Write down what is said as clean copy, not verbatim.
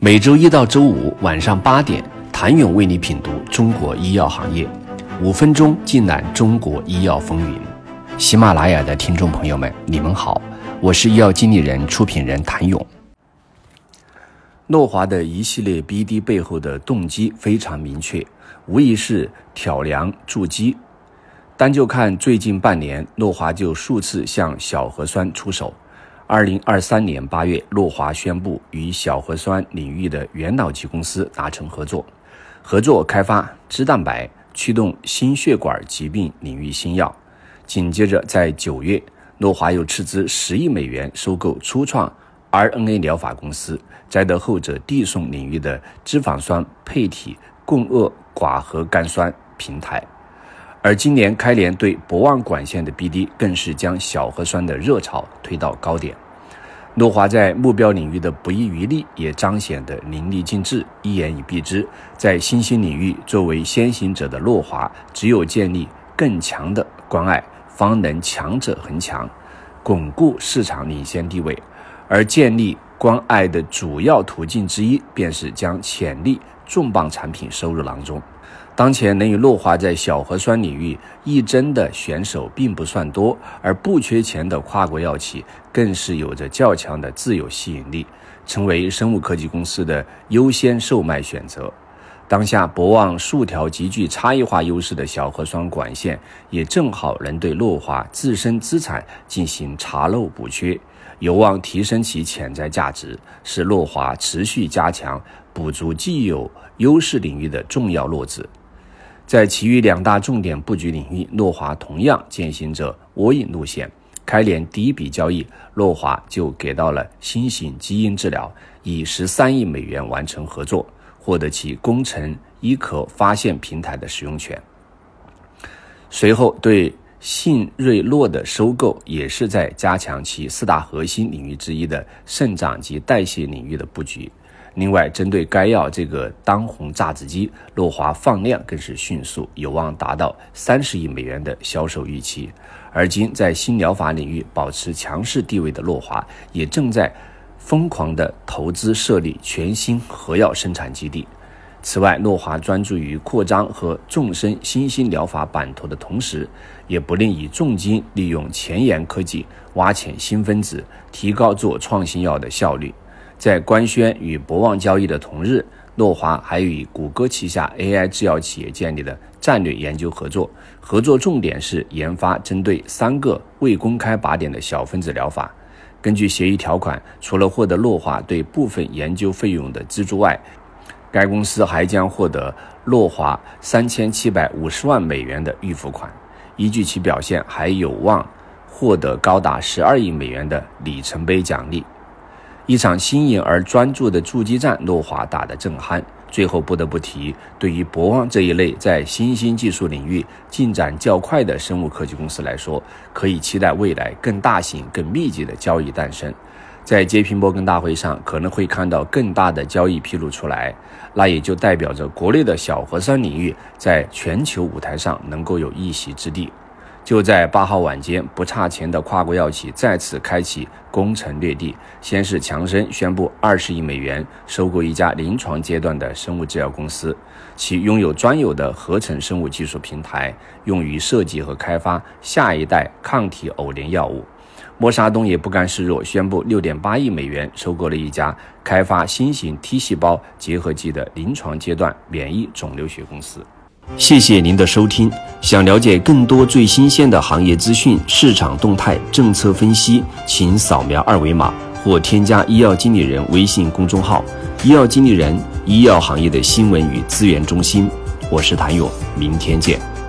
每周一到周五晚上8点，谭勇为你品读中国医药行业，5分钟尽览中国医药风云。喜马拉雅的听众朋友们，你们好，我是医药经理人、出品人谭勇。诺华的一系列 BD 背后的动机非常明确，无疑是挑梁筑基。单就看最近半年，诺华就数次向小核酸出手。2023年8月，诺华宣布与小核酸领域的元老级公司达成合作开发脂蛋白驱动心血管疾病领域新药。紧接着在9月，诺华又斥资10亿美元收购初创 RNA 疗法公司，摘得后者递送领域的脂肪酸配体共轭寡核苷酸平台。而今年开联对博望管线的 BD 更是将小核酸的热潮推到高点。诺华在目标领域的不遗余力也彰显得淋漓尽致，一言以蔽之，在新兴领域作为先行者的诺华，只有建立更强的关爱，方能强者恒强，巩固市场领先地位。而建立关爱的主要途径之一，便是将潜力重磅产品收入囊中。当前能与诺华在小核酸领域一争的选手并不算多，而不缺钱的跨国药企更是有着较强的自有吸引力，成为生物科技公司的优先售卖选择。当下博望数条极具差异化优势的小核酸管线，也正好能对诺华自身资产进行查漏补缺，有望提升其潜在价值，使诺华持续加强补足既有优势领域的重要落子。在其余2大重点布局领域，诺华同样践行着窝引路线。开联第一笔交易，诺华就给到了新型基因治疗，以13亿美元完成合作，获得其工程医壳发现平台的使用权。随后对信瑞诺的收购，也是在加强其4大核心领域之一的肾脏及代谢领域的布局。另外，针对该药这个当红炸子鸡，诺华放量更是迅速，有望达到30亿美元的销售预期。而今在新疗法领域保持强势地位的诺华，也正在疯狂地投资设立全新核药生产基地。此外，诺华专注于扩张和纵深新兴疗法版图的同时，也不吝以重金利用前沿科技挖潜新分子，提高做创新药的效率。在官宣与博望交易的同日，诺华还与谷歌旗下 AI 制药企业建立了战略研究合作重点是研发针对3个未公开靶点的小分子疗法。根据协议条款，除了获得诺华对部分研究费用的资助外，该公司还将获得诺华3750万美元的预付款，依据其表现还有望获得高达12亿美元的里程碑奖励。一场新颖而专注的筑基战，诺华打得正酣。最后不得不提，对于博望这一类在新兴技术领域进展较快的生物科技公司来说，可以期待未来更大型、更密集的交易诞生。在 JP 摩根大会上可能会看到更大的交易披露出来，那也就代表着国内的小核酸领域在全球舞台上能够有一席之地。就在8号晚间，不差钱的跨国药企再次开启攻城略地。先是强生宣布20亿美元收购一家临床阶段的生物制药公司，其拥有专有的合成生物技术平台，用于设计和开发下一代抗体偶联药物。默沙东也不甘示弱，宣布6.8亿美元收购了一家开发新型 T 细胞结合剂的临床阶段免疫肿瘤学公司。谢谢您的收听。想了解更多最新鲜的行业资讯、市场动态、政策分析，请扫描2维码或添加医药经理人微信公众号“医药经理人”，医药行业的新闻与资源中心。我是谭勇，明天见。